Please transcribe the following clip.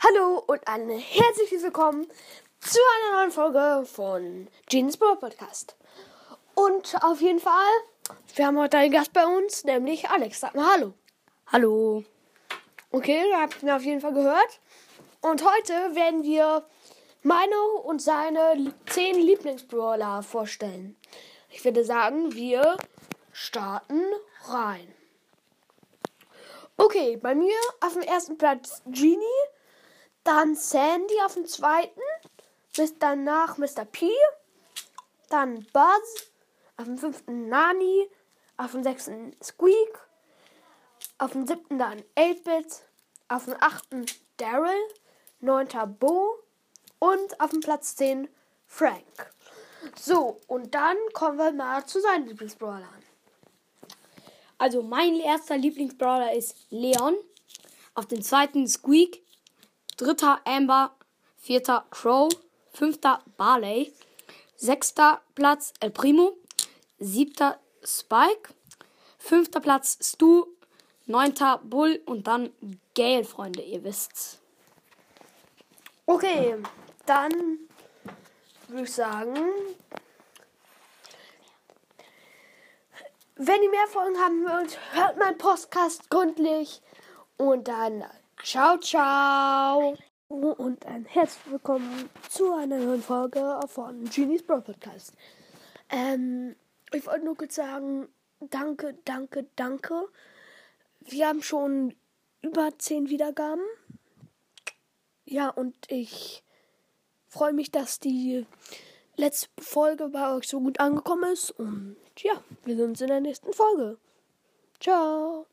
Hallo und ein herzliches Willkommen zu einer neuen Folge von Genie's Brawl Podcast. Und auf jeden Fall, wir haben heute einen Gast bei uns, nämlich Alex. Sag mal Hallo. Hallo. Okay, ihr habt ihn auf jeden Fall gehört. Und heute werden wir meine und seine 10 Lieblingsbrawler vorstellen. Ich würde sagen, wir starten rein. Okay, bei mir auf dem ersten Platz Genie. Dann Sandy auf dem zweiten, danach Mr. P, dann Buzz, auf dem 5. Nani, auf dem 6. Squeak, auf dem 7. dann 8-Bit, auf dem 8. Daryl, 9. Bo und auf dem Platz 10 Frank. So, und dann kommen wir mal zu seinen Lieblingsbrawlern. Also mein erster Lieblingsbrawler ist Leon, auf dem zweiten Squeak, 3. Amber, 4. Crow, 5. Barley, 6. Platz El Primo, 7. Spike, 5. Platz Stu, 9. Bull und dann Gale, Freunde, ihr wisst's. Okay, dann würde ich sagen, wenn ihr mehr Folgen haben wollt, hört meinen Podcast gründlich und dann ciao, ciao. Und ein herzlich willkommen zu einer neuen Folge von Genie's Brawl Podcast. Ich wollte nur kurz sagen, danke. Wir haben schon über 10 Wiedergaben. Ja, und ich freue mich, dass die letzte Folge bei euch so gut angekommen ist. Und ja, wir sehen uns in der nächsten Folge. Ciao.